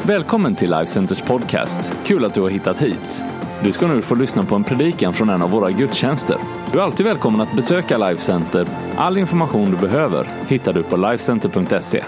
Välkommen till Life Centers podcast. Kul att du har hittat hit. Du ska nu få lyssna på en predikan från en av våra gudstjänster. Du är alltid välkommen att besöka Life Center. All information du behöver hittar du på lifecenter.se.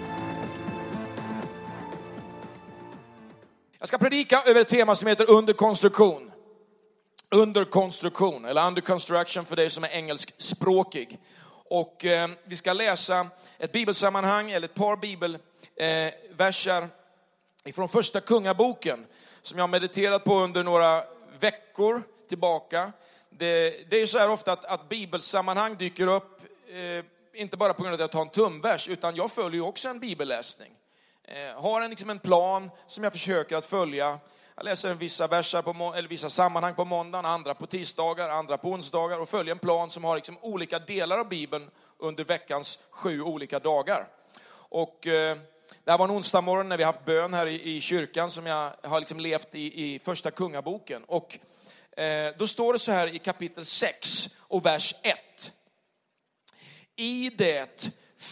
Jag ska predika över ett tema som heter under konstruktion. Under konstruktion, eller under construction för dig som är engelskspråkig. Och vi ska läsa ett bibelsammanhang, eller ett par bibelverser ifrån första kungaboken. Som jag har mediterat på under några veckor tillbaka. Det är ju så här ofta att bibelsammanhang dyker upp. Inte bara på grund av att jag tar en tumvers, utan jag följer ju också en bibelläsning. Har en plan som jag försöker att följa. Jag läser vissa verser eller vissa sammanhang på måndagen, andra på tisdagar, andra på onsdagar. Och följer en plan som har olika delar av Bibeln under veckans 7 olika dagar. Och det här var en onsdag morgon när vi haft bön här i kyrkan som jag har levt i första kungaboken. Och då står det så här i kapitel 6 och vers 1. I det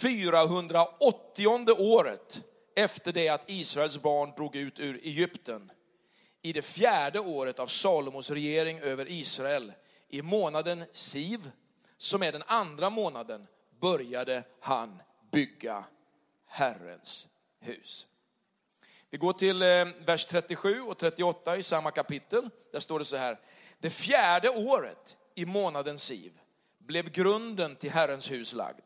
480:e året efter det att Israels barn drog ut ur Egypten, i det 4:e året av Salomos regering över Israel, i månaden Siv, som är den andra månaden, började han bygga Herrens hus. Vi går till vers 37 och 38 i samma kapitel. Där står det så här: det 4:e året i månaden Siv blev grunden till Herrens hus lagd.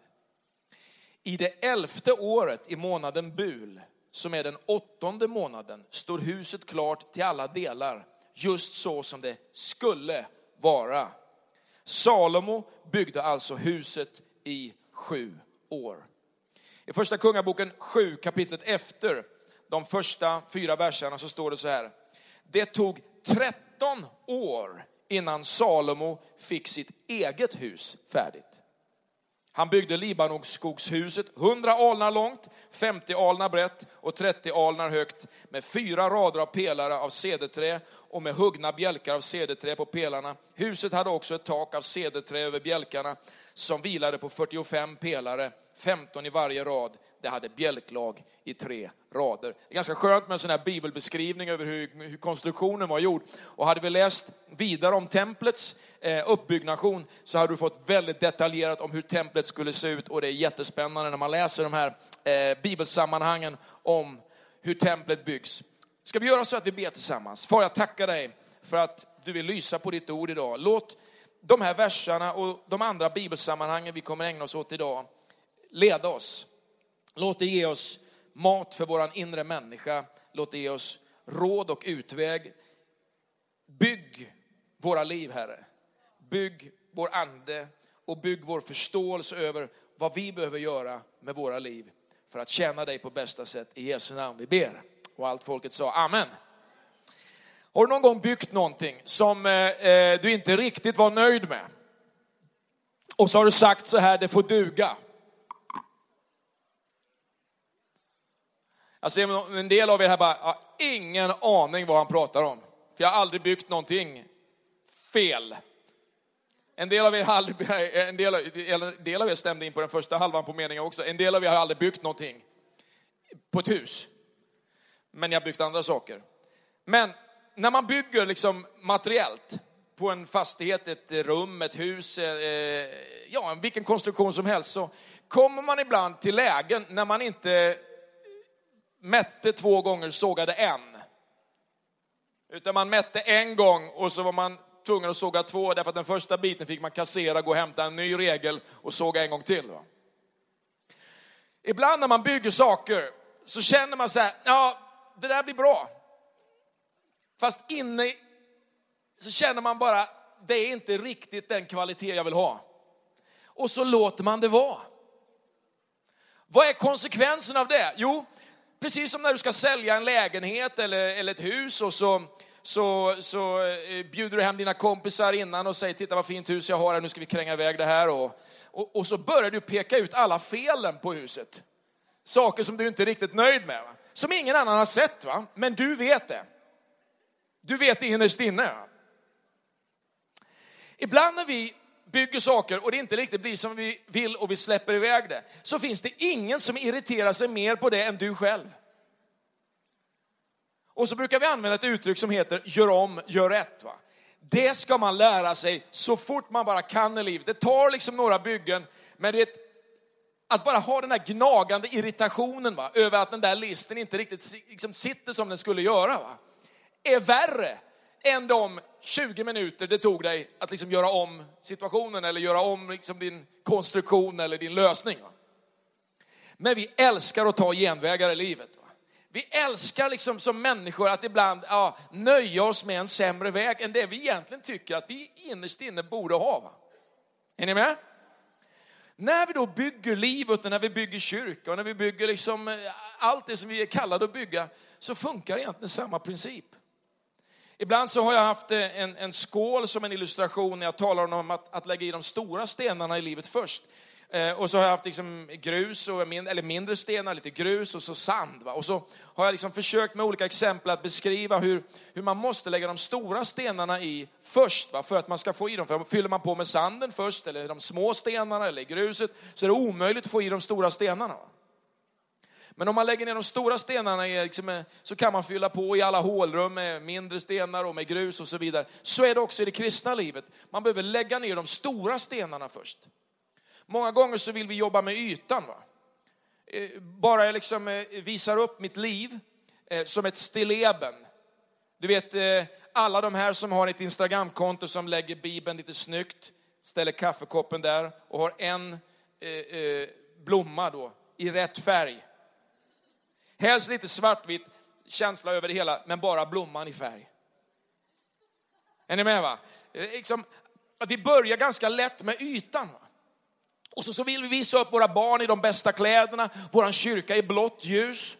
I det 11:e året i månaden Bul, som är den 8:e månaden, står huset klart till alla delar, just så som det skulle vara. Salomo byggde alltså huset i 7 år. I första kungaboken 7, kapitlet efter de första 4 verserna, så står det så här: det tog 13 år innan Salomo fick sitt eget hus färdigt. Han byggde Libanonskogshuset 100 alnar långt, 50 alnar brett och 30 alnar högt, med 4 rader av pelare av cederträ och med huggna bjälkar av cederträ på pelarna. Huset hade också ett tak av cederträ över bjälkarna som vilade på 45 pelare, 15 i varje rad. Det hade bjälklag i 3 rader. Det är ganska skönt med en sån här bibelbeskrivning över hur konstruktionen var gjord. Och hade vi läst vidare om templets uppbyggnation, så hade du fått väldigt detaljerat om hur templet skulle se ut. Och det är jättespännande när man läser de här bibelsammanhangen om hur templet byggs. Ska vi göra så att vi ber tillsammans? Far, jag tackar dig för att du vill lysa på ditt ord idag. Låt de här verserna och de andra bibelsammanhangen vi kommer ägna oss åt idag leda oss. Låt det ge oss mat för våran inre människa. Låt det ge oss råd och utväg. Bygg våra liv, Herre. Bygg vår ande och bygg vår förståelse över vad vi behöver göra med våra liv för att tjäna dig på bästa sätt. I Jesu namn vi ber. Och allt folket sa amen. Har du någon gång byggt någonting som du inte riktigt var nöjd med? Och så har du sagt så här: det får duga. Jag ser en del av er här bara har ingen aning vad han pratar om. För jag har aldrig byggt någonting fel. En del av er stämde in på den första halvan på meningen också. En del av er har aldrig byggt någonting på ett hus. Men jag har byggt andra saker. Men när man bygger materiellt på en fastighet, ett rum, ett hus, vilken konstruktion som helst, så kommer man ibland till lägen när man inte mätte 2 gånger, sågade en. Utan man mätte en gång och så var man tvungen att såga 2, därför att den första biten fick man kassera, gå och hämta en ny regel och såga en gång till. Va? Ibland när man bygger saker så känner man så här: ja, det där blir bra. Fast inne så känner man bara, det är inte riktigt den kvalitet jag vill ha. Och så låter man det vara. Vad är konsekvensen av det? Jo, precis som när du ska sälja en lägenhet eller ett hus, och så bjuder du hem dina kompisar innan och säger: titta vad fint hus jag har här, nu ska vi kränga iväg det här. Och så börjar du peka ut alla felen på huset. Saker som du inte är riktigt nöjd med. Va? Som ingen annan har sett, va? Men du vet det. Du vet det innerst inne. Va? Ibland när vi bygger saker och det inte riktigt blir som vi vill och vi släpper iväg det, så finns det ingen som irriterar sig mer på det än du själv. Och så brukar vi använda ett uttryck som heter gör om, gör rätt. Va? Det ska man lära sig så fort man bara kan i livet. Det tar liksom några byggen, men det är att bara ha den här gnagande irritationen, va? Över att den där listen inte riktigt liksom sitter som den skulle göra, va? Är värre än de 20 minuter det tog dig att liksom göra om situationen eller göra om liksom din konstruktion eller din lösning. Va? Men vi älskar att ta genvägar i livet. Va? Vi älskar liksom som människor att ibland nöja oss med en sämre väg än det vi egentligen tycker att vi innerst inne borde ha. Va? Är ni med? När vi då bygger livet och när vi bygger kyrka och när vi bygger liksom allt det som vi är kallade att bygga, så funkar egentligen samma princip. Ibland så har jag haft en skål som en illustration när jag talar om att lägga i de stora stenarna i livet först. Och så har jag haft liksom grus eller mindre stenar, lite grus och så sand. Va? Och så har jag liksom försökt med olika exempel att beskriva hur man måste lägga de stora stenarna i först. Va? För att man ska få i dem. För fyller man på med sanden först eller de små stenarna eller gruset, så är det omöjligt att få i de stora stenarna. Va? Men om man lägger ner de stora stenarna så kan man fylla på i alla hålrum med mindre stenar och med grus och så vidare. Så är det också i det kristna livet. Man behöver lägga ner de stora stenarna först. Många gånger så vill vi jobba med ytan. Va? Bara jag liksom visar upp mitt liv som ett stilleben. Du vet, alla de här som har ett Instagramkonto som lägger Bibeln lite snyggt, ställer kaffekoppen där och har en blomma då i rätt färg. Helst lite svartvitt, känsla över det hela, men bara blomman i färg. Är ni med, va? Liksom, att vi börjar ganska lätt med ytan. Va? Och så vill vi visa upp våra barn i de bästa kläderna, våran kyrka i blått ljus.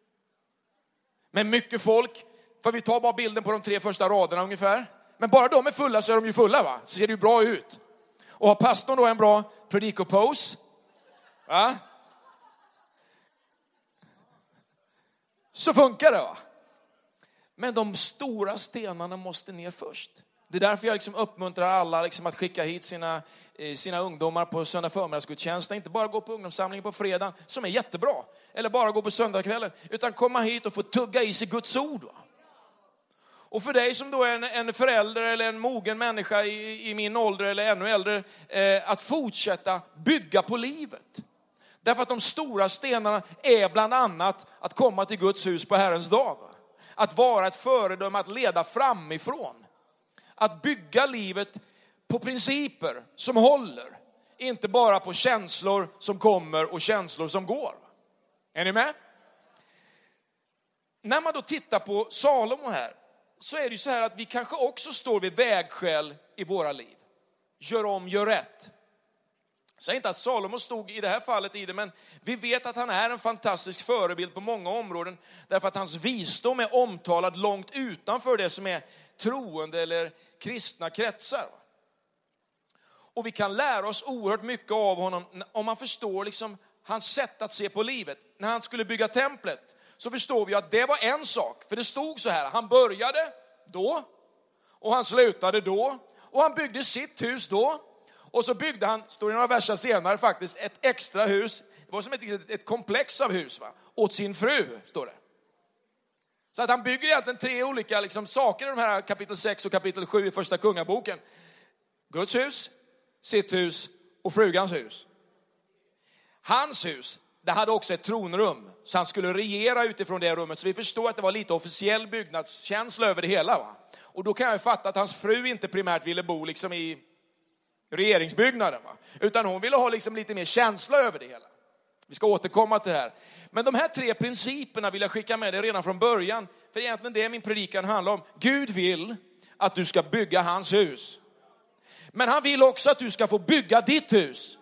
Med mycket folk, för vi tar bara bilden på de 3 första raderna ungefär. Men bara de är fulla så är de ju fulla, va? Så ser det ju bra ut. Och har pastorn då en bra predikopose, va? Så funkar det, va? Men de stora stenarna måste ner först. Det är därför jag liksom uppmuntrar alla liksom att skicka hit sina ungdomar på söndag förmiddagsgudstjänsten. Inte bara gå på ungdomssamlingen på fredag, som är jättebra. Eller bara gå på söndagskvällen. Utan komma hit och få tugga i sig Guds ord. Va? Och för dig som då är en förälder eller en mogen människa i min ålder eller ännu äldre. Att fortsätta bygga på livet. Därför att de stora stenarna är bland annat att komma till Guds hus på Herrens dag. Va? Att vara ett föredöme, att leda framifrån. Att bygga livet på principer som håller. Inte bara på känslor som kommer och känslor som går. Är ni med? När man då tittar på Salomo här, så är det ju så här att vi kanske också står vid vägskäl i våra liv. Gör om, gör rätt. Säg inte att Salomo stod i det här fallet i det, men vi vet att han är en fantastisk förebild på många områden. Därför att hans visdom är omtalad långt utanför det som är troende eller kristna kretsar. Och vi kan lära oss oerhört mycket av honom om man förstår liksom hans sätt att se på livet. När han skulle bygga templet så förstår vi att det var en sak. För det stod så här, han började då och han slutade då. Och han byggde sitt hus då. Och så byggde han, står det några verser senare faktiskt, ett extra hus. Det var som ett komplex av hus, va? Åt sin fru, står det. Så att han bygger egentligen 3 olika liksom, saker i de här kapitel 6 och kapitel 7 i första kungaboken. Guds hus, sitt hus och frugans hus. Hans hus, det hade också ett tronrum. Så han skulle regera utifrån det rummet. Så vi förstår att det var lite officiell byggnadskänsla över det hela. Va? Och då kan jag ju fatta att hans fru inte primärt ville bo liksom i regeringsbyggnaden. Va? Utan hon ville ha liksom lite mer känsla över det hela. Vi ska återkomma till det här. Men de här 3 principerna vill jag skicka med dig redan från början. För egentligen det min predikan handlar om. Gud vill att du ska bygga hans hus. Men han vill också att du ska få bygga ditt hus.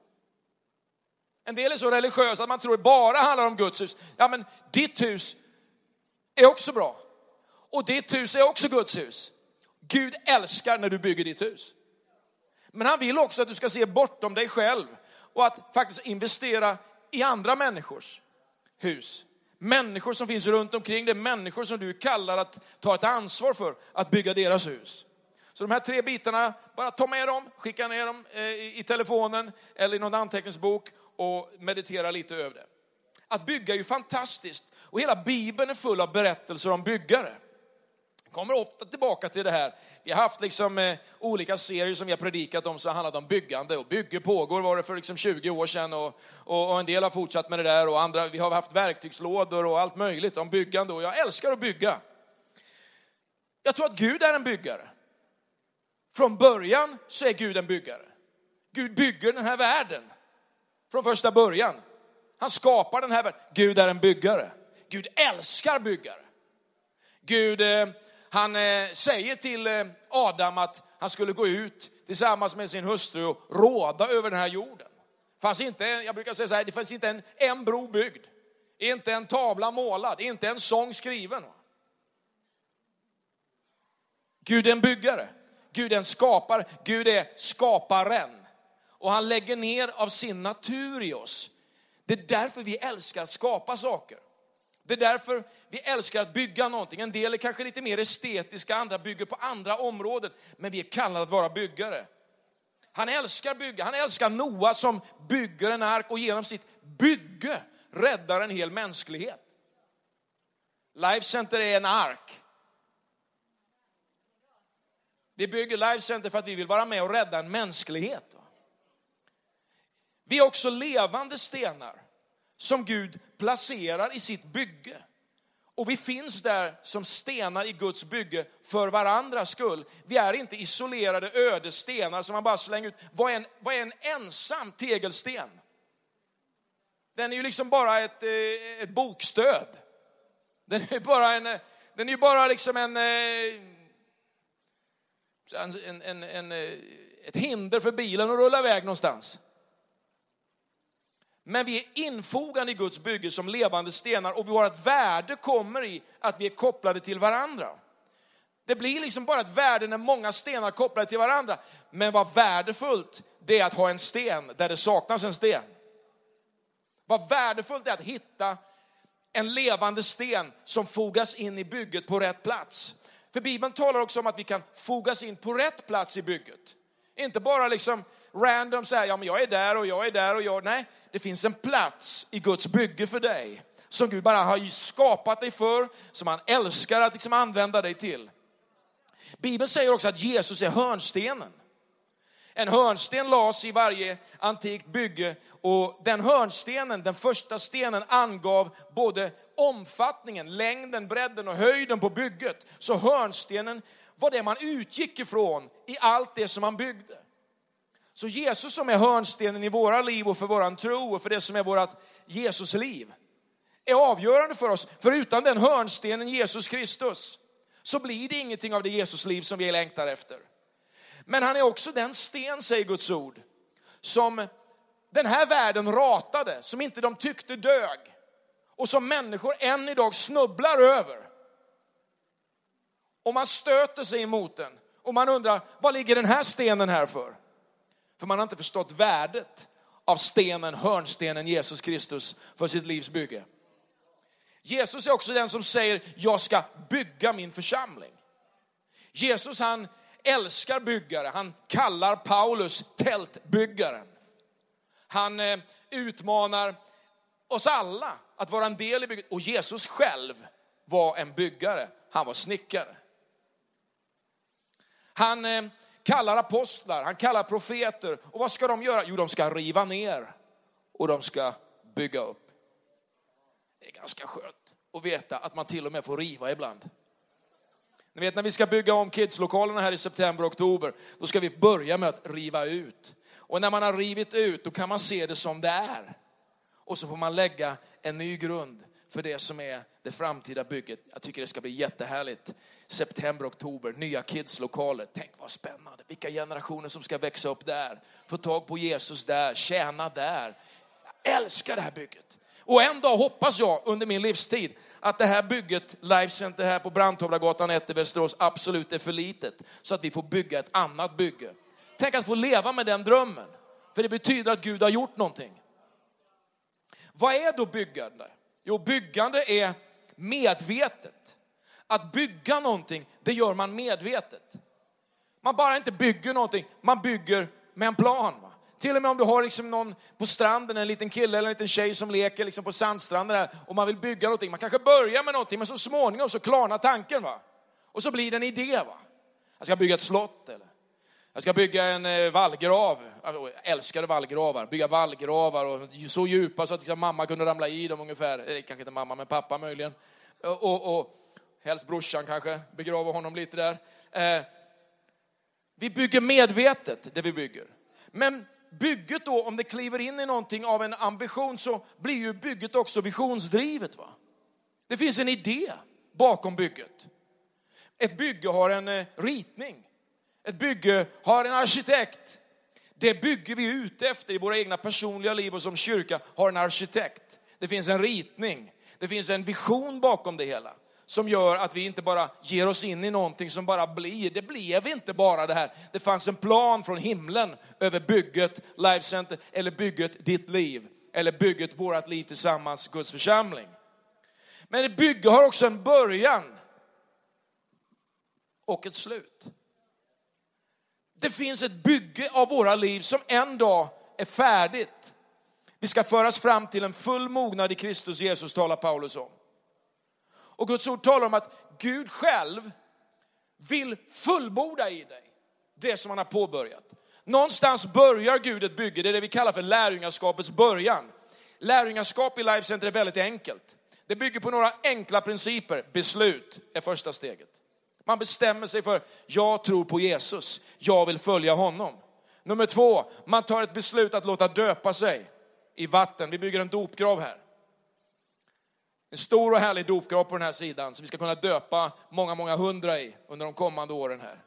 En del är så religiösa att man tror det bara handlar om Guds hus. Ja, men ditt hus är också bra. Och ditt hus är också Guds hus. Gud älskar när du bygger ditt hus. Men han vill också att du ska se bortom dig själv. Och att faktiskt investera i andra människors hus. Människor som finns runt omkring dig. Människor som du kallar att ta ett ansvar för att bygga deras hus. Så de här 3 bitarna, bara ta med dem, skicka ner dem i telefonen eller i någon anteckningsbok och meditera lite över det. Att bygga är ju fantastiskt. Och hela Bibeln är full av berättelser om byggare. Jag kommer ofta tillbaka till det här. Vi har haft olika serier som vi har predikat om som handlat om byggande. Och bygge pågår var det för 20 år sedan. Och en del har fortsatt med det där. Och andra, vi har haft verktygslådor och allt möjligt om byggande. Och jag älskar att bygga. Jag tror att Gud är en byggare. Från början så är Gud en byggare. Gud bygger den här världen. Från första början. Han skapar den här världen. Gud är en byggare. Gud älskar byggare. Gud, han säger till Adam att han skulle gå ut tillsammans med sin hustru och råda över den här jorden. Fanns inte, jag brukar säga så här, det fanns inte en bro byggd. Inte en tavla målad. Inte en sång skriven. Gud är en byggare. Gud är en skapare. Gud är skaparen. Och han lägger ner av sin natur i oss. Det är därför vi älskar att skapa saker. Det är därför vi älskar att bygga någonting. En del är kanske lite mer estetiska, andra bygger på andra områden. Men vi är kallade att vara byggare. Han älskar bygga. Han älskar Noa som bygger en ark och genom sitt bygge räddar en hel mänsklighet. Life Center är en ark. Vi bygger Life Center för att vi vill vara med och rädda en mänsklighet. Vi är också levande stenar som Gud placerar i sitt bygge. Och vi finns där som stenar i Guds bygge för varandras skull. Vi är inte isolerade öde stenar som man bara slänger ut. Vad är en ensam tegelsten? Den är ju liksom bara ett bokstöd. Den är ju bara liksom ett hinder för bilen att rulla iväg någonstans. Men vi är infogade i Guds bygge som levande stenar och vårt värde kommer i att vi är kopplade till varandra. Det blir liksom bara ett värde när många stenar är kopplade till varandra. Men vad värdefullt det är att ha en sten där det saknas en sten. Vad värdefullt det är att hitta en levande sten som fogas in i bygget på rätt plats. För Bibeln talar också om att vi kan fogas in på rätt plats i bygget. Inte bara liksom random så här, ja men jag är där och jag är där och jag. Nej, det finns en plats i Guds bygge för dig. Som Gud bara har skapat dig för. Som han älskar att liksom använda dig till. Bibeln säger också att Jesus är hörnstenen. En hörnsten lades i varje antikt bygge. Och den hörnstenen, den första stenen, angav både omfattningen, längden, bredden och höjden på bygget. Så hörnstenen var det man utgick ifrån i allt det som man byggde. Så Jesus som är hörnstenen i våra liv och för våran tro och för det som är vårat Jesusliv är avgörande för oss. För utan den hörnstenen Jesus Kristus så blir det ingenting av det Jesusliv som vi längtar efter. Men han är också den sten, säger Guds ord, som den här världen ratade, som inte de tyckte dög och som människor än idag snubblar över. Och man stöter sig emot den och man undrar, vad ligger den här stenen här för? För man har inte förstått värdet av stenen, hörnstenen Jesus Kristus för sitt livs bygge. Jesus är också den som säger, jag ska bygga min församling. Jesus, han älskar byggare. Han kallar Paulus tältbyggaren. Han utmanar oss alla att vara en del i bygget. Och Jesus själv var en byggare. Han var snickare. Han kallar apostlar, han kallar profeter. Och vad ska de göra? Jo, de ska riva ner och de ska bygga upp. Det är ganska skönt att veta att man till och med får riva ibland. Ni vet, när vi ska bygga om kidslokalerna här i september och oktober, då ska vi börja med att riva ut. Och när man har rivit ut, då kan man se det som det är. Och så får man lägga en ny grund för det som är det framtida bygget. Jag tycker det ska bli jättehärligt. September, oktober, nya kidslokaler. Tänk vad spännande. Vilka generationer som ska växa upp där. Få tag på Jesus där, tjäna där. Jag älskar det här bygget. Och en dag hoppas jag under min livstid att det här bygget, Life Center här på Brandtovlagatan 1 i Västerås, absolut är för litet. Så att vi får bygga ett annat bygge. Tänk att få leva med den drömmen. För det betyder att Gud har gjort någonting. Vad är då byggande? Jo, byggande är medvetet. Att bygga någonting, det gör man medvetet. Man bara inte bygger någonting, man bygger med en plan. Va? Till och med om du har liksom någon på stranden, en liten kille eller en liten tjej som leker liksom på sandstranden där, och man vill bygga någonting. Man kanske börjar med någonting, men så småningom så klarnar tanken, va? Och så blir det en idé, va? Jag ska bygga ett slott, eller jag ska bygga en vallgrav. Jag älskar vallgravar. Bygga vallgravar och så djupa så att liksom mamma kunde ramla i dem ungefär. Eller kanske inte mamma, men pappa möjligen. Och helst brorsan kanske. Begrava honom lite där. Vi bygger medvetet det vi bygger. Men bygget då, om det kliver in i någonting av en ambition, så blir ju bygget också visionsdrivet, va? Det finns en idé bakom bygget. Ett bygge har en ritning. Ett bygge har en arkitekt. Det bygge vi är ute efter i våra egna personliga liv och som kyrka har en arkitekt. Det finns en ritning. Det finns en vision bakom det hela. Som gör att vi inte bara ger oss in i någonting som bara blir. Det blev inte bara det här. Det fanns en plan från himlen över bygget Life Center. Eller bygget ditt liv. Eller bygget vårat liv tillsammans, Guds församling. Men ett bygge har också en början. Och ett slut. Det finns ett bygge av våra liv som en dag är färdigt. Vi ska föras fram till en full mognad i Kristus Jesus, talar Paulus om. Och Guds ord talar om att Gud själv vill fullborda i dig det som han har påbörjat. Någonstans börjar Gud ett bygge. Det är det vi kallar för lärjungaskapets början. Lärjungaskap i Life Center är väldigt enkelt. Det bygger på några enkla principer. Beslut är första steget. Man bestämmer sig för, jag tror på Jesus. Jag vill följa honom. Nummer 2, man tar ett beslut att låta döpa sig i vatten. Vi bygger en dopgrav här. En stor och härlig dopgrav på den här sidan. Så vi ska kunna döpa många hundra i under de kommande åren här.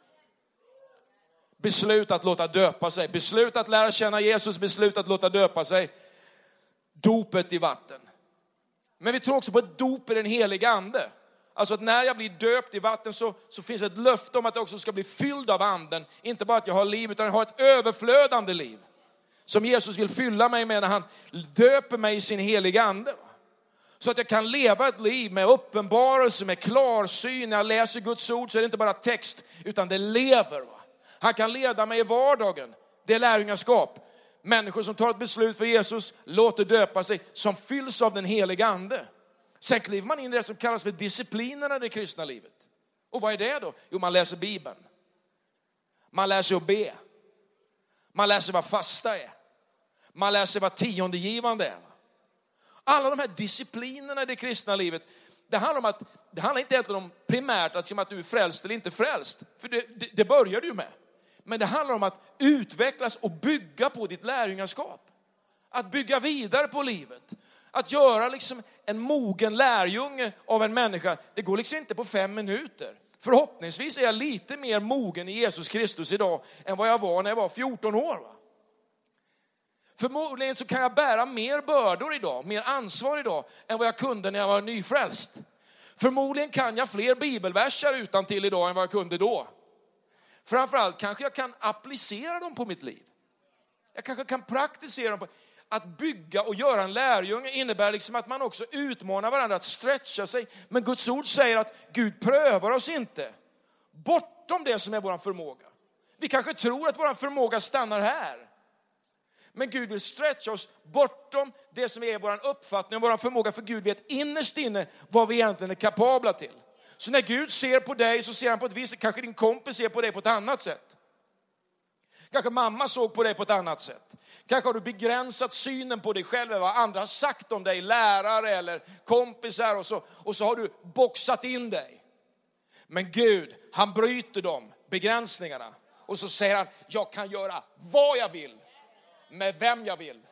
Beslut att låta döpa sig. Beslut att lära känna Jesus. Beslut att låta döpa sig. Dopet i vatten. Men vi tror också på ett dop i den heliga ande. Alltså att när jag blir döpt i vatten så finns ett löfte om att jag också ska bli fylld av anden. Inte bara att jag har liv, utan jag har ett överflödande liv. Som Jesus vill fylla mig med när han döper mig i sin heliga ande. Så att jag kan leva ett liv med uppenbarelse, med klarsyn. När jag läser Guds ord så är det inte bara text, utan det lever. Va? Han kan leda mig i vardagen. Det är lärjungaskap. Människor som tar ett beslut för Jesus, låter döpa sig, som fylls av den heliga ande. Sen kliver man in i det som kallas för disciplinerna i det kristna livet. Och vad är det då? Jo, man läser Bibeln. Man lär sig att be. Man lär sig vad fasta är. Man lär sig vad tiondegivande är. Alla de här disciplinerna i det kristna livet, det handlar inte egentligen om primärt att du är frälst eller inte frälst. För det börjar du med. Men det handlar om att utvecklas och bygga på ditt lärjungaskap. Att bygga vidare på livet. Att göra liksom en mogen lärjunge av en människa, det går liksom inte på 5 minuter. Förhoppningsvis är jag lite mer mogen i Jesus Kristus idag än vad jag var när jag var 14 år. Va? Förmodligen så kan jag bära mer bördor idag, mer ansvar idag än vad jag kunde när jag var nyfrälst. Förmodligen kan jag fler bibelverser utan till idag än vad jag kunde då. Framförallt kanske jag kan applicera dem på mitt liv. Jag kanske kan praktisera dem på. Att bygga och göra en lärjunge innebär liksom att man också utmanar varandra att stretcha sig. Men Guds ord säger att Gud prövar oss inte bortom det som är vår förmåga. Vi kanske tror att vår förmåga stannar här. Men Gud vill stretcha oss bortom det som är vår uppfattning och vår förmåga. För Gud vet innerst inne vad vi egentligen är kapabla till. Så när Gud ser på dig så ser han på ett vis. Kanske din kompis ser på dig på ett annat sätt. Kanske mamma såg på dig på ett annat sätt. Kanske har du begränsat synen på dig själv. Vad andra har sagt om dig. Lärare eller kompisar. Och så har du boxat in dig. Men Gud, han bryter de begränsningarna. Och så säger han, jag kan göra vad jag vill. Med vem jag vill.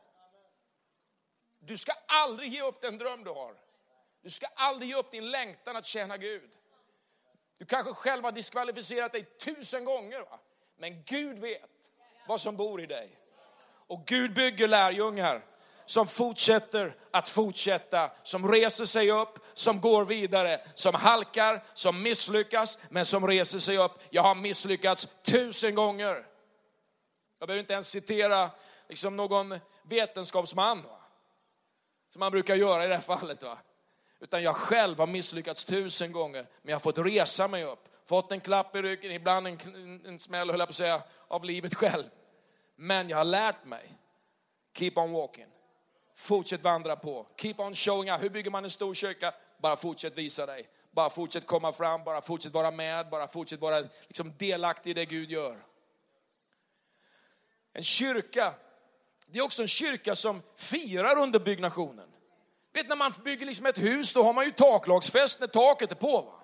Du ska aldrig ge upp den dröm du har. Du ska aldrig ge upp din längtan att tjäna Gud. Du kanske själv har diskvalificerat dig 1000 gånger. Va? Men Gud vet vad som bor i dig. Och Gud bygger lärjungar som fortsätter att fortsätta. Som reser sig upp, som går vidare. Som halkar, som misslyckas, men som reser sig upp. Jag har misslyckats 1000 gånger. Jag behöver inte ens citera liksom någon vetenskapsman. Va? Som man brukar göra i det här fallet. Va? Utan jag själv har misslyckats 1000 gånger. Men jag har fått resa mig upp. Fått en klapp i ryggen, ibland en smäll höll jag på att säga, av livet själv. Men jag har lärt mig. Keep on walking. Fortsätt vandra på. Keep on showing up. Hur bygger man en stor kyrka? Bara fortsätt visa dig. Bara fortsätt komma fram. Bara fortsätt vara med. Bara fortsätt vara liksom delaktig i det Gud gör. En kyrka. Det är också en kyrka som firar under byggnationen. Vet, när man bygger liksom ett hus, då har man ju taklagsfest när taket är på, va?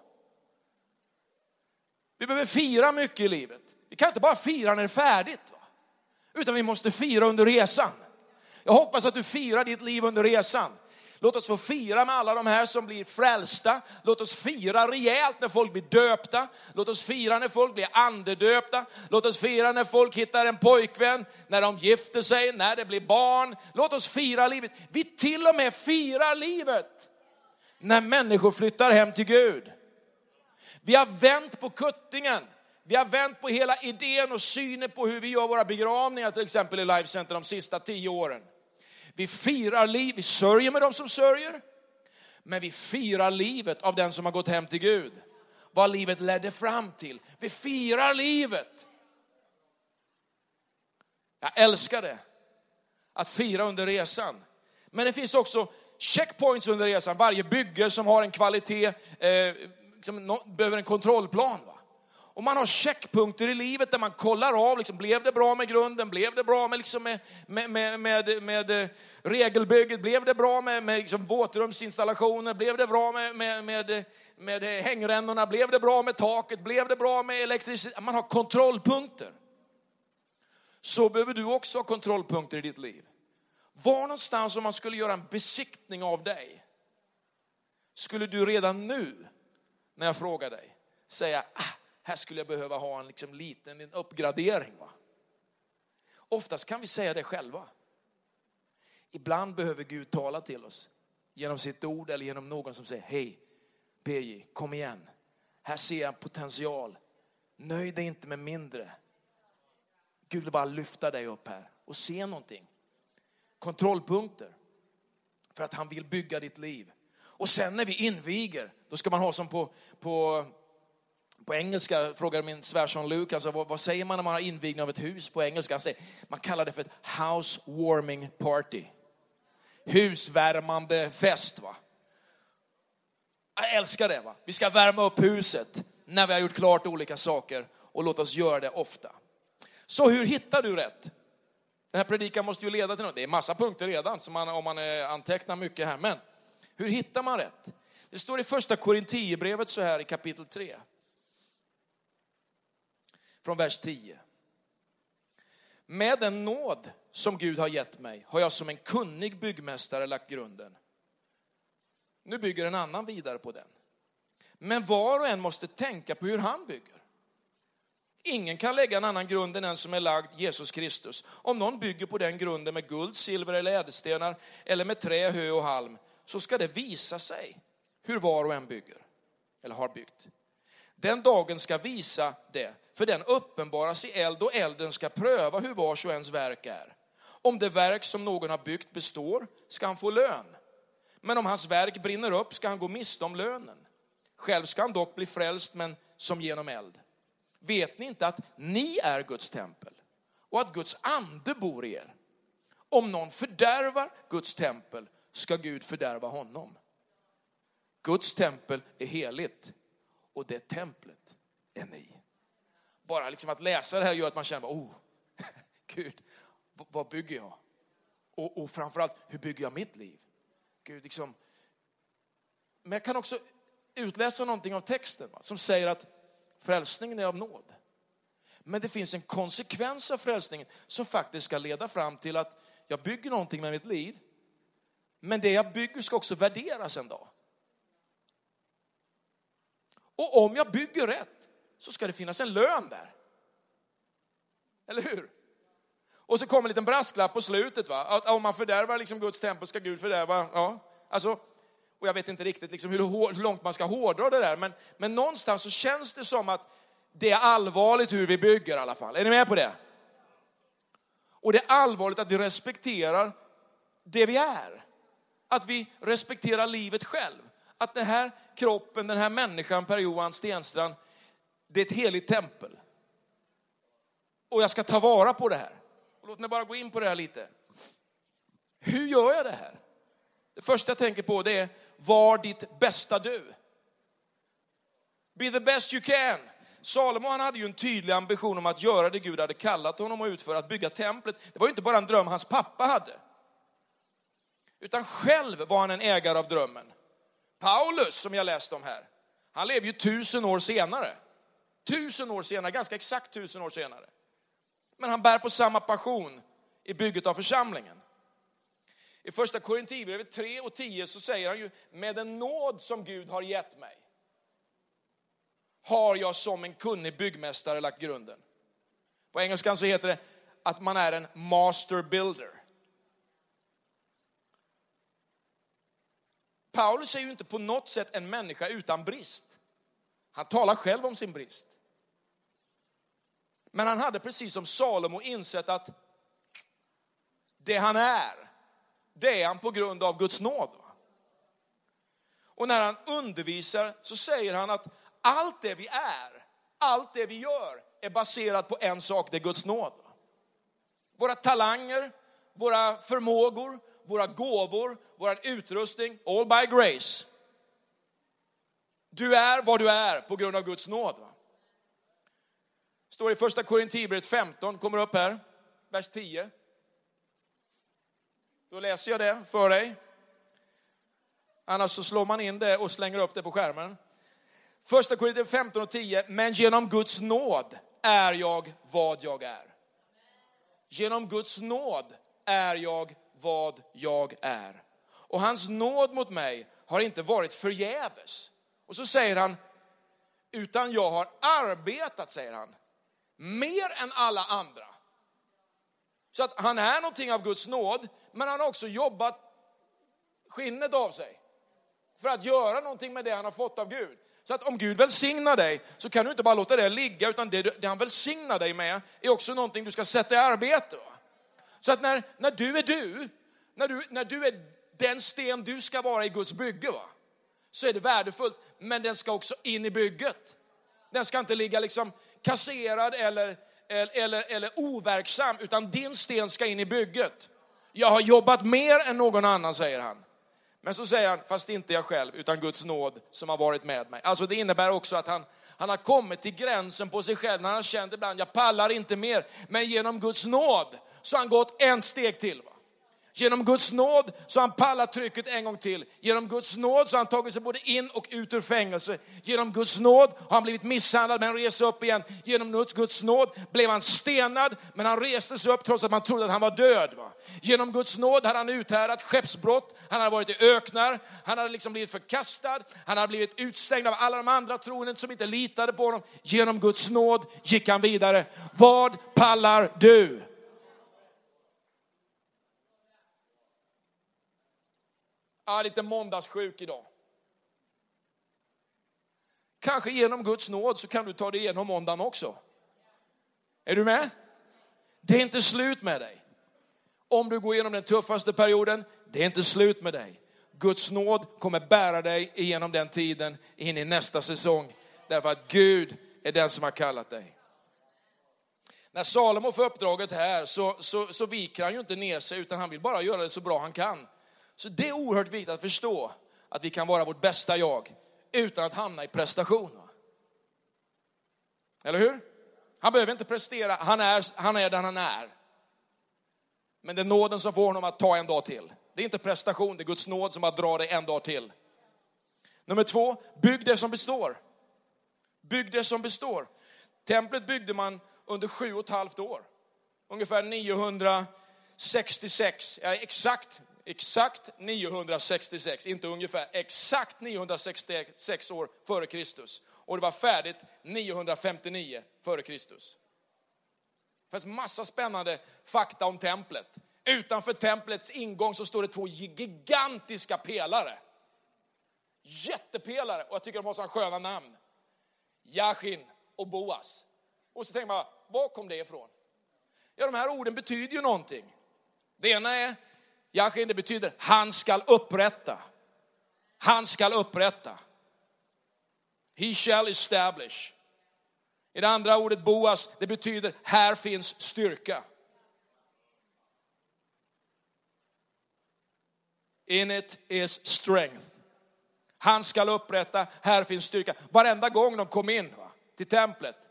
Vi behöver fira mycket i livet. Vi kan inte bara fira när det är färdigt, va? Utan vi måste fira under resan. Jag hoppas att du firar ditt liv under resan. Låt oss få fira med alla de här som blir frälsta. Låt oss fira rejält när folk blir döpta. Låt oss fira när folk blir andedöpta. Låt oss fira när folk hittar en pojkvän. När de gifter sig, när det blir barn. Låt oss fira livet. Vi till och med firar livet när människor flyttar hem till Gud. Vi har vänt på kuttingen. Vi har vänt på hela idén och synen på hur vi gör våra begravningar, till exempel i Life Center de sista 10 åren. Vi firar liv, vi sörjer med de som sörjer. Men vi firar livet av den som har gått hem till Gud. Vad livet ledde fram till. Vi firar livet. Jag älskar det. Att fira under resan. Men det finns också checkpoints under resan. Varje bygge som har en kvalitet behöver en kontrollplan, va? Och man har checkpunkter i livet där man kollar av, liksom, blev det bra med grunden, blev det bra med, liksom, med regelbygget, blev det bra med liksom, våtrumsinstallationer, blev det bra med hängrännorna, blev det bra med taket, blev det bra med elektricitet. Man har kontrollpunkter. Så behöver du också ha kontrollpunkter i ditt liv. Var någonstans, om man skulle göra en besiktning av dig, skulle du redan nu, när jag frågar dig, säga, här skulle jag behöva ha en liksom liten uppgradering, va? Oftast kan vi säga det själva. Ibland behöver Gud tala till oss genom sitt ord eller genom någon som säger, hej BJ, kom igen. Här ser jag potential. Nöj dig inte med mindre. Gud vill bara lyfta dig upp här och se någonting. Kontrollpunkter. För att han vill bygga ditt liv. Och sen när vi inviger, då ska man ha som på engelska, frågar min svärson Luke, alltså, vad säger man när man har invigning av ett hus på engelska? Han säger, man kallar det för ett housewarming party. Husvärmande fest, va? Jag älskar det, va? Vi ska värma upp huset när vi har gjort klart olika saker, och låt oss göra det ofta. Så hur hittar du rätt? Den här predikan måste ju leda till något. Det är massa punkter redan, så om man antecknar mycket här. Men hur hittar man rätt? Det står i första Korintierbrevet så här i kapitel 3. Från vers 10. Med den nåd som Gud har gett mig har jag som en kunnig byggmästare lagt grunden. Nu bygger en annan vidare på den. Men var och en måste tänka på hur han bygger. Ingen kan lägga en annan grund än den som är lagd, Jesus Kristus. Om någon bygger på den grunden med guld, silver eller ädelstenar, eller med trä, hö och halm, så ska det visa sig hur var och en bygger eller har byggt. Den dagen ska visa det, för den uppenbaras i eld, och elden ska pröva hur vars och ens verk är. Om det verk som någon har byggt består, ska han få lön. Men om hans verk brinner upp, ska han gå miste om lönen. Själv ska han dock bli frälst, men som genom eld. Vet ni inte att ni är Guds tempel och att Guds ande bor i er? Om någon fördärvar Guds tempel, ska Gud fördärva honom. Guds tempel är heligt, och det templet är ni. Bara liksom att läsa det här gör att man känner, Gud, vad bygger jag? Och framförallt, hur bygger jag mitt liv? Gud, liksom. Men jag kan också utläsa någonting av texten, va, som säger att frälsningen är av nåd. Men det finns en konsekvens av frälsningen som faktiskt ska leda fram till att jag bygger någonting med mitt liv. Men det jag bygger ska också värderas en dag. Och om jag bygger rätt, så ska det finnas en lön där. Eller hur? Och så kommer en liten brasklapp på slutet, va? Att om man fördärvar liksom Guds tempel, ska Gud fördärva. Ja, alltså, och jag vet inte riktigt liksom hur långt man ska hårdra det där. Men någonstans så känns det som att det är allvarligt hur vi bygger i alla fall. Är ni med på det? Och det är allvarligt att vi respekterar det vi är. Att vi respekterar livet själv. Att den här kroppen, den här människan, Per-Johan Stenstrand, det är ett heligt tempel. Och jag ska ta vara på det här. Och låt mig bara gå in på det här lite. Hur gör jag det här? Det första jag tänker på det är, var ditt bästa du. Be the best you can. Salomo, han hade ju en tydlig ambition om att göra det Gud hade kallat honom att utföra, att bygga templet. Det var ju inte bara en dröm hans pappa hade. Utan själv var han en ägare av drömmen. Paulus, som jag läste om här, han lever ju 1000 år senare. 1000 år senare, ganska exakt 1000 år senare. Men han bär på samma passion i bygget av församlingen. I första Korinthierbrevet 3:10 så säger han ju, med den nåd som Gud har gett mig har jag som en kunnig byggmästare lagt grunden. På engelskan så heter det att man är en master builder. Paulus är ju inte på något sätt en människa utan brist. Han talar själv om sin brist. Men han hade precis som Salomo insett att det han är, det är han på grund av Guds nåd. Och när han undervisar så säger han att allt det vi är, allt det vi gör är baserat på en sak, det är Guds nåd. Våra talanger, våra förmågor, våra gåvor, vår utrustning, all by grace. Du är vad du är på grund av Guds nåd. Står i första Korinthierbrevet 15, kommer upp här, vers 10. Då läser jag det för dig. Annars så slår man in det och slänger upp det på skärmen. Första Korinthierbrevet 15:10. Men genom Guds nåd är jag vad jag är. Genom Guds nåd är jag vad jag är. Och hans nåd mot mig har inte varit förgäves. Och så säger han, utan jag har arbetat, säger han, mer än alla andra. Så att han är någonting av Guds nåd, men han har också jobbat skinnet av sig för att göra någonting med det han har fått av Gud. Så att om Gud välsignar dig så kan du inte bara låta det ligga, utan det han välsignar dig med är också någonting du ska sätta i arbete. Så att när du är när du är den sten du ska vara i Guds bygge, så är det värdefullt, men den ska också in i bygget. Den ska inte ligga liksom kasserad eller overksam, utan din sten ska in i bygget. Jag har jobbat mer än någon annan, säger han. Men så säger han, fast inte jag själv, utan Guds nåd som har varit med mig. Alltså det innebär också att han har kommit till gränsen på sig själv. Han har känt ibland, jag pallar inte mer. Men genom Guds nåd så har han gått en steg till. Genom Guds nåd så har han pallat trycket en gång till. Genom Guds nåd så har han tagit sig både in och ut ur fängelse. Genom Guds nåd har han blivit misshandlad, men han reser upp igen. Genom Guds nåd blev han stenad, men han reste sig upp trots att man trodde att han var död. Genom Guds nåd hade han uthärdat skeppsbrott. Han hade varit i öknar. Han hade liksom blivit förkastad. Han hade blivit utstängd av alla de andra troende som inte litade på honom. Genom Guds nåd gick han vidare. Vad pallar du? Jag är lite måndagssjuk idag. Kanske genom Guds nåd så kan du ta dig igenom måndagen också. Är du med? Det är inte slut med dig. Om du går igenom den tuffaste perioden, det är inte slut med dig. Guds nåd kommer bära dig igenom den tiden in i nästa säsong. Därför att Gud är den som har kallat dig. När Salomo får uppdraget här så viker han ju inte ner sig, utan han vill bara göra det så bra han kan. Så det är oerhört viktigt att förstå att vi kan vara vårt bästa jag utan att hamna i prestation. Eller hur? Han behöver inte prestera, han är den han är. Men det är nåden som får honom att ta en dag till. Det är inte prestation, det är Guds nåd som att dra dig en dag till. Nummer 2, bygg det som består. Bygg det som består. Templet byggde man under 7,5 år. Ungefär 966, exakt 966, inte ungefär, exakt 966 år före Kristus. Och det var färdigt 959 före Kristus. Det finns massa spännande fakta om templet. Utanför templets ingång så står det 2 gigantiska pelare. Jättepelare, och jag tycker de har sådana sköna namn. Jachin och Boas. Och så tänker man, var kom det ifrån? Ja, de här orden betyder ju någonting. Det ena är, Jachin, det betyder han ska upprätta. Han ska upprätta. He shall establish. I det andra ordet Boas, det betyder här finns styrka. In it is strength. Han ska upprätta, här finns styrka. Varenda gång de kom in till templet.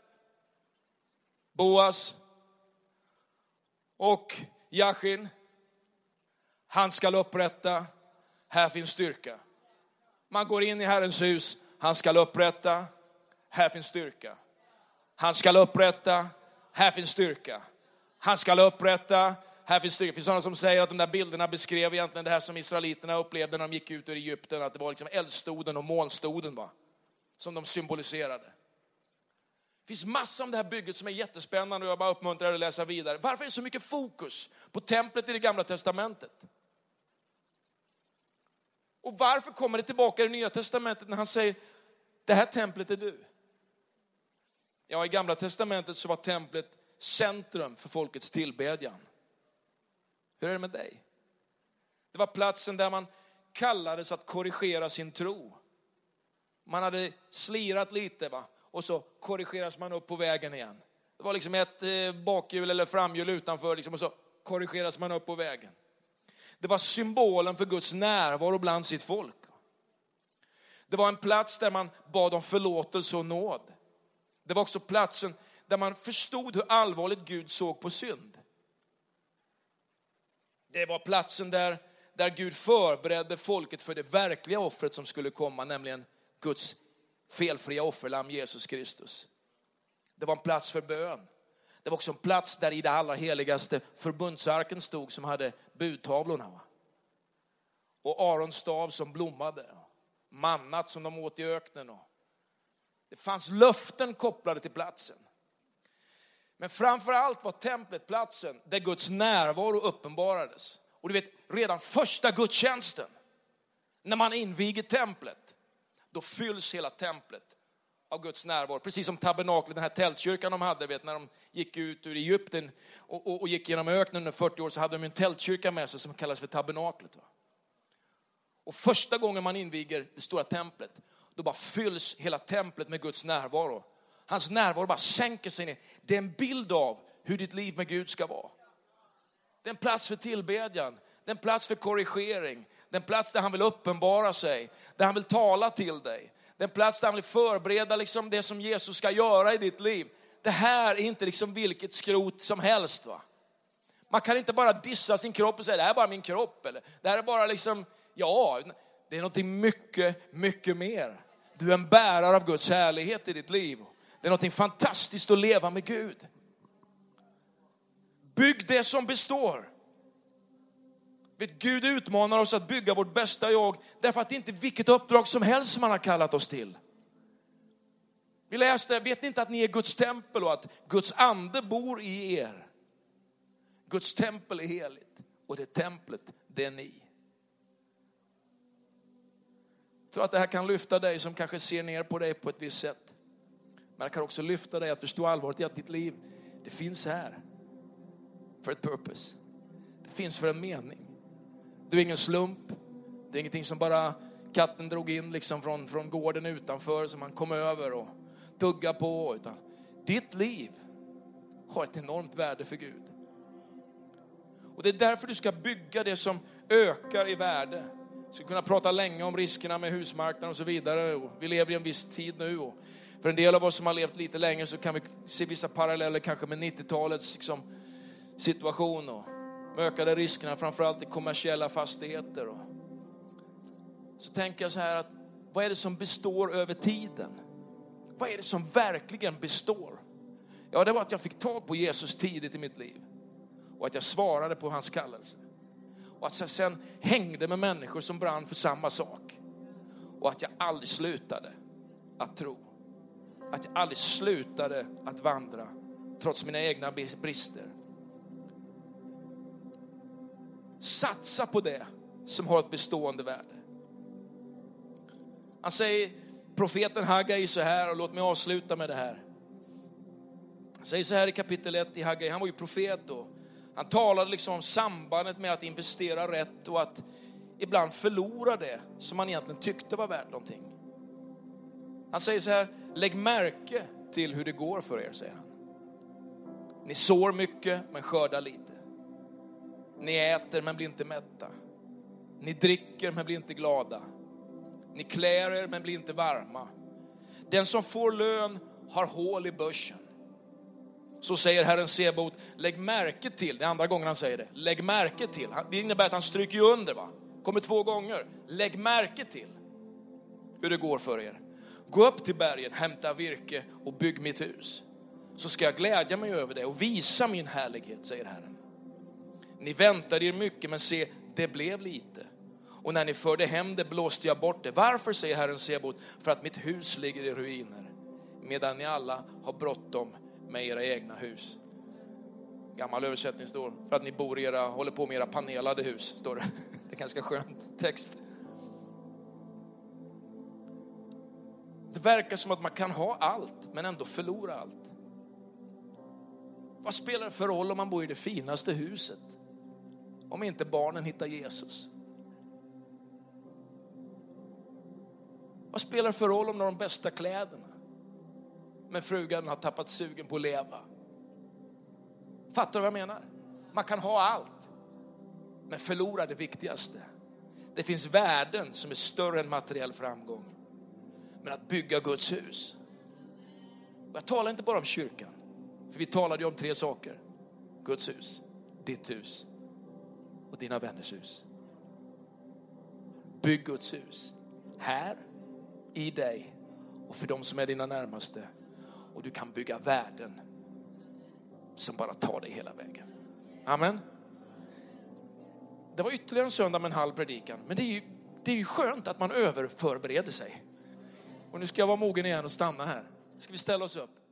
Boas och Jachin. Han ska upprätta, här finns styrka. Man går in i Herrens hus, han ska upprätta, här finns styrka. Han ska upprätta, här finns styrka. Han ska upprätta, här finns styrka. Det finns sådana som säger att de där bilderna beskrev egentligen det här som israeliterna upplevde när de gick ut ur Egypten. Att det var liksom eldstoden och molnstoden som de symboliserade. Det finns massor om det här bygget som är jättespännande och jag bara uppmuntrar er att läsa vidare. Varför är det så mycket fokus på templet i det gamla testamentet? Och varför kommer det tillbaka i det nya testamentet när han säger, det här templet är du? Ja, i gamla testamentet så var templet centrum för folkets tillbedjan. Hur är det med dig? Det var platsen där man kallades att korrigera sin tro. Man hade slirat lite och så korrigeras man upp på vägen igen. Det var liksom ett bakhjul eller framhjul utanför och så korrigeras man upp på vägen. Det var symbolen för Guds närvaro bland sitt folk. Det var en plats där man bad om förlåtelse och nåd. Det var också platsen där man förstod hur allvarligt Gud såg på synd. Det var platsen där Gud förberedde folket för det verkliga offret som skulle komma, nämligen Guds felfria offerlamm Jesus Kristus. Det var en plats för bön. Det var också en plats där i det allra heligaste förbundsarken stod som hade budtavlorna. Och Arons stav som blommade. Mannat som de åt i öknen. Det fanns löften kopplade till platsen. Men framförallt var templet platsen där Guds närvaro uppenbarades. Och du vet, redan första gudstjänsten, när man inviger templet, då fylls hela templet av Guds närvaro. Precis som tabernaklet, den här tältkyrkan de hade, vet, när de gick ut ur Egypten och gick genom öknen under 40 år, så hade de en tältkyrka med sig som kallas för tabernaklet. Och första gången man inviger det stora templet, då bara fylls hela templet med Guds närvaro. Hans närvaro bara sänker sig ner. Det är en bild av hur ditt liv med Gud ska vara. Det är en plats för tillbedjan. Det är en plats för korrigering. Det är en plats där han vill uppenbara sig. Där han vill tala till dig. Det är en plats där han vill förbereda liksom det som Jesus ska göra i ditt liv. Det här är inte liksom vilket skrot som helst. Man kan inte bara dissa sin kropp och säga, det här är bara min kropp. Eller det här är bara liksom, ja, det är någonting mycket, mycket mer. Du är en bärare av Guds härlighet i ditt liv. Det är någonting fantastiskt att leva med Gud. Bygg det som består. Gud utmanar oss att bygga vårt bästa jag. Därför att det inte är vilket uppdrag som helst som han har kallat oss till. Vi läste, vet ni inte att ni är Guds tempel och att Guds ande bor i er? Guds tempel är heligt och det templet, det är ni. Jag tror att det här kan lyfta dig som kanske ser ner på dig på ett visst sätt. Men det kan också lyfta dig att förstå allvaret i att ditt liv, det finns här. För ett purpose. Det finns för en mening. Du är ingen slump. Det är ingenting som bara katten drog in liksom från gården utanför som man kom över och tugga på. Utan ditt liv har ett enormt värde för Gud. Och det är därför du ska bygga det som ökar i värde. Vi ska kunna prata länge om riskerna med husmarknaden och så vidare. Och vi lever i en viss tid nu. Och för en del av oss som har levt lite längre så kan vi se vissa paralleller kanske med 90-talets liksom, situation och ökade riskerna framförallt i kommersiella fastigheter. Och så tänker jag så här att vad är det som består över tiden? Vad är det som verkligen består? Ja, det var att jag fick tag på Jesus tidigt i mitt liv. Och att jag svarade på hans kallelse. Och att jag sen hängde med människor som brann för samma sak. Och att jag aldrig slutade att tro. Att jag aldrig slutade att vandra trots mina egna brister. Satsa på det som har ett bestående värde. Han säger, profeten Haggai så här, och låt mig avsluta med det här. Han säger så här i kapitel 1 i Haggai, han var ju profet och han talade liksom om sambandet med att investera rätt och att ibland förlora det som man egentligen tyckte var värt någonting. Han säger så här, lägg märke till hur det går för er, säger han. Ni sår mycket men skördar lite. Ni äter men blir inte mätta. Ni dricker men blir inte glada. Ni klär er men blir inte varma. Den som får lön har hål i börsen. Så säger Herren Sebaot, lägg märke till. Det är andra gången han säger det. Lägg märke till. Det innebär att han stryker under, va? Kommer 2 gånger. Lägg märke till hur det går för er. Gå upp till bergen, hämta virke och bygg mitt hus. Så ska jag glädja mig över det och visa min härlighet, säger Herren. Ni väntade er mycket, men se, det blev lite. Och när ni förde hem det blåste jag bort det. Varför, säger Herren Sebaot? För att mitt hus ligger i ruiner, medan ni alla har bråttom med era egna hus. Gammal översättning står, för att ni håller på med era panelade hus, står det. Det är ganska skön text. Det verkar som att man kan ha allt, men ändå förlora allt. Vad spelar det för roll om man bor i det finaste huset, om inte barnen hittar Jesus? Vad spelar det för roll om de har de bästa kläderna, men frugan har tappat sugen på att leva? Fattar du vad jag menar? Man kan ha allt, men förlora det viktigaste. Det finns värden som är större än materiell framgång. Men att bygga Guds hus. Jag talar inte bara om kyrkan, för vi talade ju om 3 saker. Guds hus, ditt hus och dina vänners hus. Bygg Guds hus här, i dig och för de som är dina närmaste. Och du kan bygga värden som bara tar dig hela vägen. Amen. Det var ytterligare en söndag med en halv predikan. Men det är ju skönt att man överförbereder sig. Och nu ska jag vara mogen igen och stanna här. Ska vi ställa oss upp?